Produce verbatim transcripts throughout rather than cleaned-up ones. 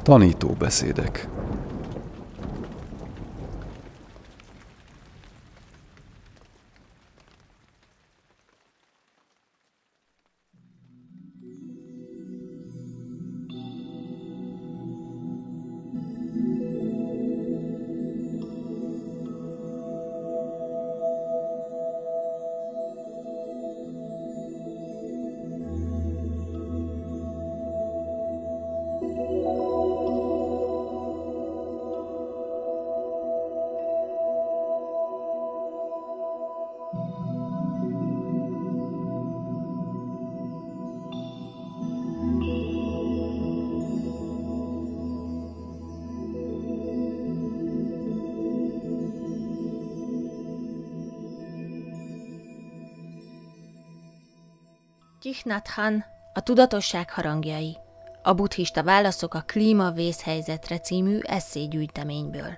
Tanítóbeszédek. Thich Nhat Hanh, a tudatosság harangjai, a buddhista válaszok a klíma-vészhelyzetre című esszégyűjteményből.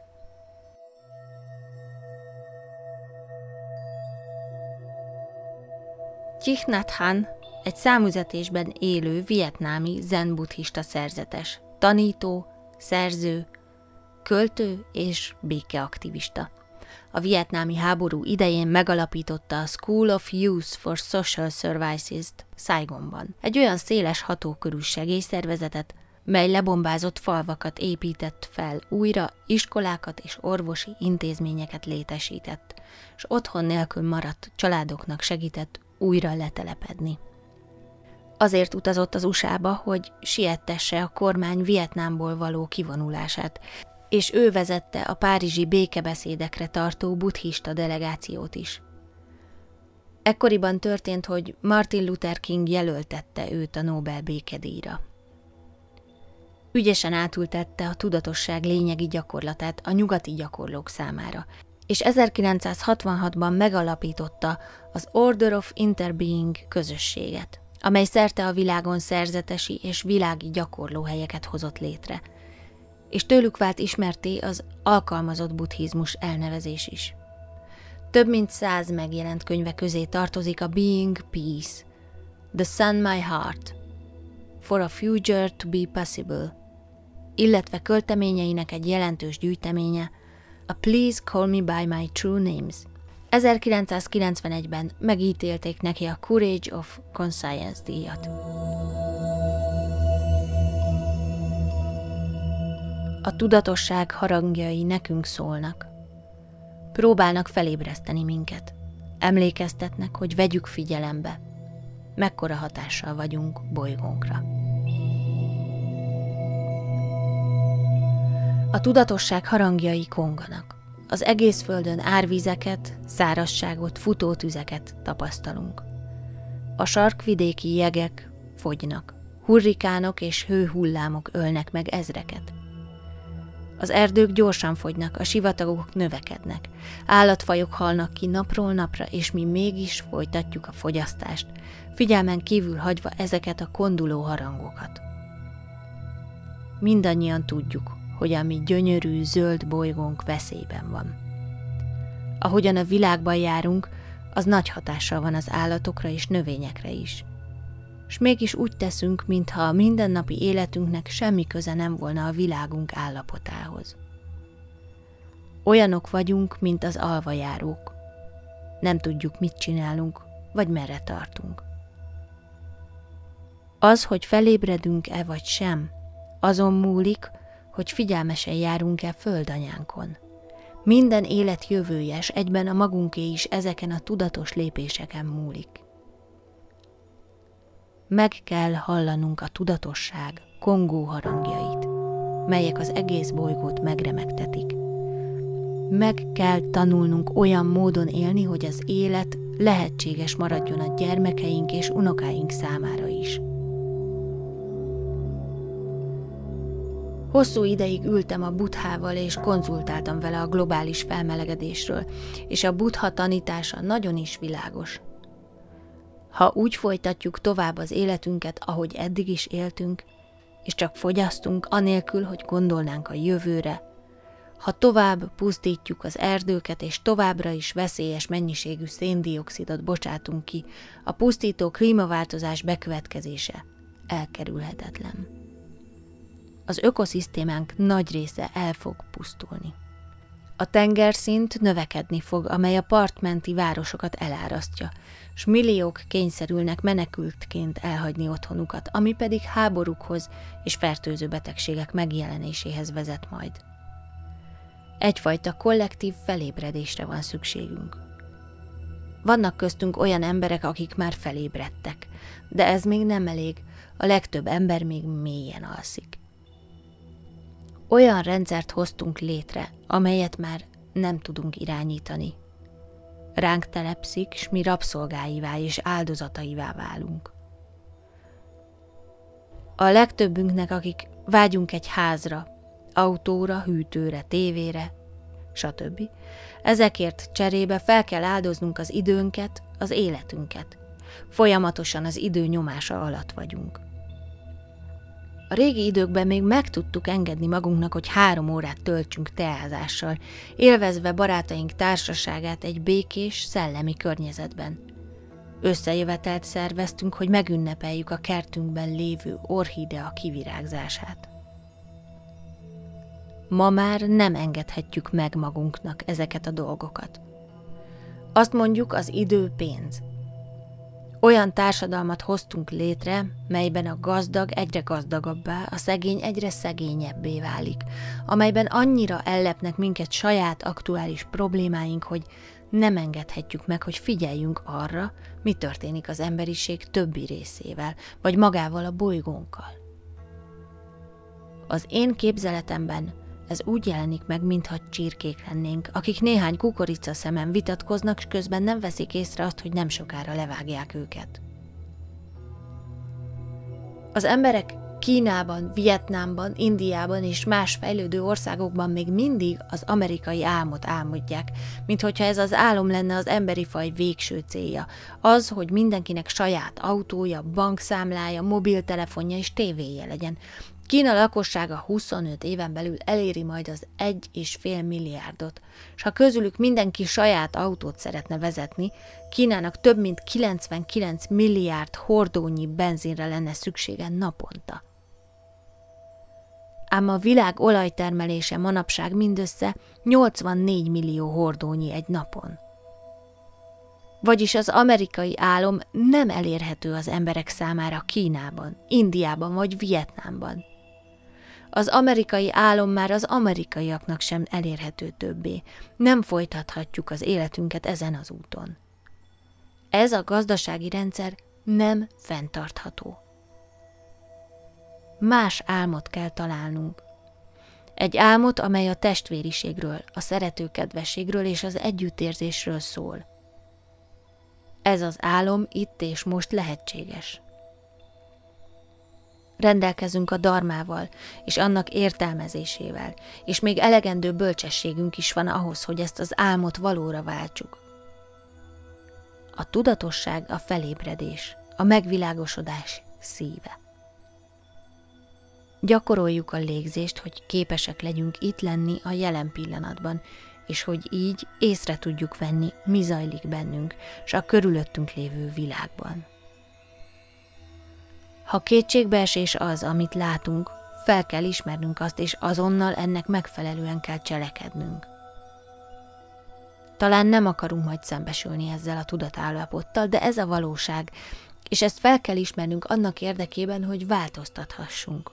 Thich Nhat Hanh egy számüzetésben élő vietnámi zen-buddhista szerzetes, tanító, szerző, költő és békeaktivista. A vietnámi háború idején megalapította a School of Youth for Social Services-t Saigonban. Egy olyan széles hatókörű segélyszervezetet, mely lebombázott falvakat épített fel újra, iskolákat és orvosi intézményeket létesített, és otthon nélkül maradt családoknak segített újra letelepedni. Azért utazott az u es á-ba, hogy siettesse a kormány Vietnámból való kivonulását, és ő vezette a párizsi békebeszédekre tartó buddhista delegációt is. Ekkoriban történt, hogy Martin Luther King jelöltette őt a Nobel békedíjra. Ügyesen átültette a tudatosság lényegi gyakorlatát a nyugati gyakorlók számára, és ezerkilencszázhatvanhatban megalapította az Order of Interbeing közösséget, amely szerte a világon szerzetesi és világi gyakorlóhelyeket hozott létre, és tőlük vált ismertté az alkalmazott buddhizmus elnevezés is. Több mint száz megjelent könyve közé tartozik a Being Peace, The Sun My Heart, For a Future to be Possible, illetve költeményeinek egy jelentős gyűjteménye, a Please Call Me By My True Names. ezerkilencszázkilencvenegyben megítélték neki a Courage of Conscience díjat. A tudatosság harangjai nekünk szólnak. Próbálnak felébreszteni minket. Emlékeztetnek, hogy vegyük figyelembe, mekkora hatással vagyunk bolygónkra. A tudatosság harangjai konganak. Az egész földön árvizeket, szárazságot, futótüzeket tapasztalunk. A sarkvidéki jegek fogynak. Hurrikánok és hőhullámok ölnek meg ezreket. Az erdők gyorsan fogynak, a sivatagok növekednek, állatfajok halnak ki napról napra, és mi mégis folytatjuk a fogyasztást, figyelmen kívül hagyva ezeket a konduló harangokat. Mindannyian tudjuk, hogy a mi gyönyörű, zöld bolygónk veszélyben van. Ahogyan a világban járunk, az nagy hatással van az állatokra és növényekre is. S mégis úgy teszünk, mintha a mindennapi életünknek semmi köze nem volna a világunk állapotához. Olyanok vagyunk, mint az alvajárók. Nem tudjuk, mit csinálunk, vagy merre tartunk. Az, hogy felébredünk-e vagy sem, azon múlik, hogy figyelmesen járunk-e földanyánkon. Minden élet jövője, s egyben a magunké is ezeken a tudatos lépéseken múlik. Meg kell hallanunk a tudatosság kongó harangjait, melyek az egész bolygót megremegtetik. Meg kell tanulnunk olyan módon élni, hogy az élet lehetséges maradjon a gyermekeink és unokáink számára is. Hosszú ideig ültem a Buddhával és konzultáltam vele a globális felmelegedésről, és a Buddha tanítása nagyon is világos. Ha úgy folytatjuk tovább az életünket, ahogy eddig is éltünk, és csak fogyasztunk anélkül, hogy gondolnánk a jövőre, ha tovább pusztítjuk az erdőket, és továbbra is veszélyes mennyiségű széndioxidot bocsátunk ki, a pusztító klímaváltozás bekövetkezése elkerülhetetlen. az ökoszisztémánk nagy része el fog pusztulni. A tengerszint növekedni fog, amely a partmenti városokat elárasztja, s milliók kényszerülnek menekültként elhagyni otthonukat, ami pedig háborúkhoz és fertőző betegségek megjelenéséhez vezet majd. Egyfajta kollektív felébredésre van szükségünk. Vannak köztünk olyan emberek, akik már felébredtek, de ez még nem elég, a legtöbb ember még mélyen alszik. Olyan rendszert hoztunk létre, amelyet már nem tudunk irányítani. Ránk telepszik, s mi rabszolgáivá és áldozataivá válunk. A legtöbbünknek, akik vágyunk egy házra, autóra, hűtőre, tévére, stb. Ezekért cserébe fel kell áldoznunk az időnket, az életünket. Folyamatosan az idő nyomása alatt vagyunk. A régi időkben még meg tudtuk engedni magunknak, hogy három órát töltsünk teázással, élvezve barátaink társaságát egy békés, szellemi környezetben. Összejövetelt szerveztünk, hogy megünnepeljük a kertünkben lévő orchidea kivirágzását. Ma már nem engedhetjük meg magunknak ezeket a dolgokat. Azt mondjuk, az idő pénz. Olyan társadalmat hoztunk létre, melyben a gazdag egyre gazdagabbá, a szegény egyre szegényebbé válik, amelyben annyira ellepnek minket saját aktuális problémáink, hogy nem engedhetjük meg, hogy figyeljünk arra, mi történik az emberiség többi részével, vagy magával a bolygónkkal. Az én képzeletemben ez úgy jelenik meg, mintha csirkék lennénk, akik néhány kukorica szemen vitatkoznak, s közben nem veszik észre azt, hogy nem sokára levágják őket. Az emberek Kínában, Vietnámban, Indiában és más fejlődő országokban még mindig az amerikai álmot álmodják, minthogyha ez az álom lenne az emberi faj végső célja. Az, hogy mindenkinek saját autója, bankszámlája, mobiltelefonja és tévéje legyen. Kína lakossága huszonöt éven belül eléri majd az egy és fél milliárdot, s ha közülük mindenki saját autót szeretne vezetni, Kínának több mint kilencvenkilenc milliárd hordónyi benzinre lenne szüksége naponta. Ám a világ olajtermelése manapság mindössze nyolcvannégy millió hordónyi egy napon. Vagyis az amerikai álom nem elérhető az emberek számára Kínában, Indiában vagy Vietnámban. Az amerikai álom már az amerikaiaknak sem elérhető többé. Nem folytathatjuk az életünket ezen az úton. Ez a gazdasági rendszer nem fenntartható. Más álmot kell találnunk. Egy álmot, amely a testvériségről, a szeretőkedvességről és az együttérzésről szól. Ez az álom itt és most lehetséges. Rendelkezünk a dharmával és annak értelmezésével, és még elegendő bölcsességünk is van ahhoz, hogy ezt az álmot valóra váltsuk. A tudatosság a felébredés, a megvilágosodás szíve. Gyakoroljuk a légzést, hogy képesek legyünk itt lenni a jelen pillanatban, és hogy így észre tudjuk venni, mi zajlik bennünk, s a körülöttünk lévő világban. Ha kétségbeesés az, amit látunk, fel kell ismernünk azt, és azonnal ennek megfelelően kell cselekednünk. Talán nem akarunk majd szembesülni ezzel a tudatállapottal, de ez a valóság, és ezt fel kell ismernünk annak érdekében, hogy változtathassunk.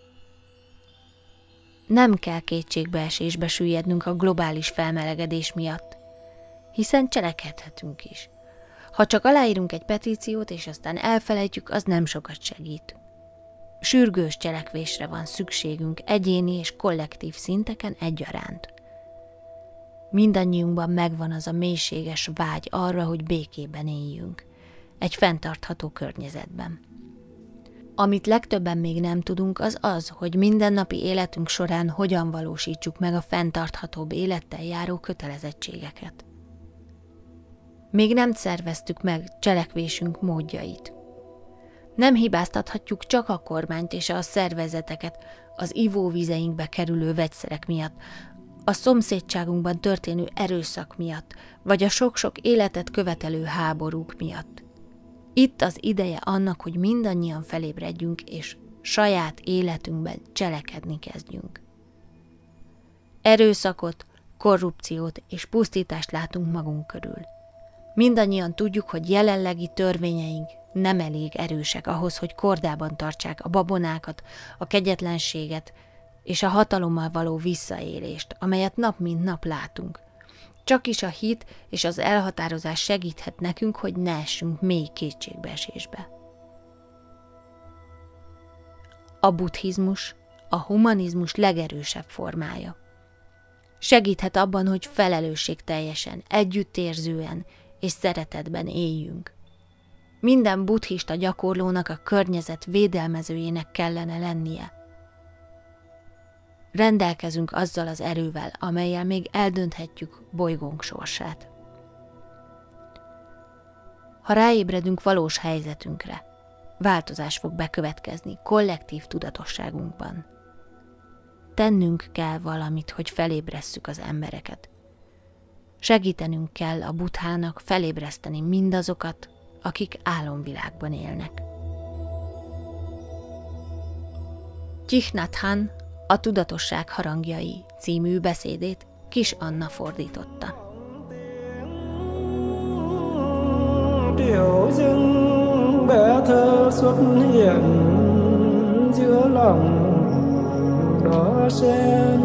Nem kell kétségbeesésbe süllyednünk a globális felmelegedés miatt, hiszen cselekedhetünk is. Ha csak aláírunk egy petíciót, és aztán elfelejtjük, az nem sokat segít. Sürgős cselekvésre van szükségünk egyéni és kollektív szinteken egyaránt. Mindannyiunkban megvan az a mélységes vágy arra, hogy békében éljünk, egy fenntartható környezetben. Amit legtöbben még nem tudunk, az az, hogy mindennapi életünk során hogyan valósítsuk meg a fenntarthatóbb élettel járó kötelezettségeket. Még nem szerveztük meg cselekvésünk módjait. Nem hibáztathatjuk csak a kormányt és a szervezeteket az ivóvizeinkbe kerülő vegyszerek miatt, a szomszédságunkban történő erőszak miatt, vagy a sok-sok életet követelő háborúk miatt. Itt az ideje annak, hogy mindannyian felébredjünk és saját életünkben cselekedni kezdjünk. Erőszakot, korrupciót és pusztítást látunk magunk körül. Mindannyian tudjuk, hogy jelenlegi törvényeink nem elég erősek ahhoz, hogy kordában tartsák a babonákat, a kegyetlenséget és a hatalommal való visszaélést, amelyet nap mint nap látunk. Csak is a hit és az elhatározás segíthet nekünk, hogy ne essünk mély kétségbeesésbe. A buddhizmus a humanizmus legerősebb formája. Segíthet abban, hogy felelősségteljesen, együttérzően és szeretetben éljünk. Minden buddhista gyakorlónak a környezet védelmezőjének kellene lennie. Rendelkezünk azzal az erővel, amellyel még eldönthetjük bolygónk sorsát. Ha ráébredünk valós helyzetünkre, változás fog bekövetkezni kollektív tudatosságunkban. Tennünk kell valamit, hogy felébresszük az embereket. Segítenünk kell a Buddhának felébreszteni mindazokat, akik álomvilágban élnek. Thich Nhat Hanh a Tudatosság harangjai című beszédét Kis Anna fordította. Điệu dưng bé thơ xuất hiện giữa lòng đóa sen,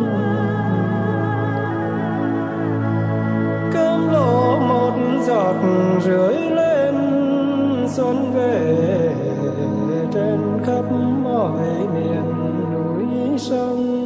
cơm lộ một giọt rưới lên xuân về trên khắp mọi miền núi sông.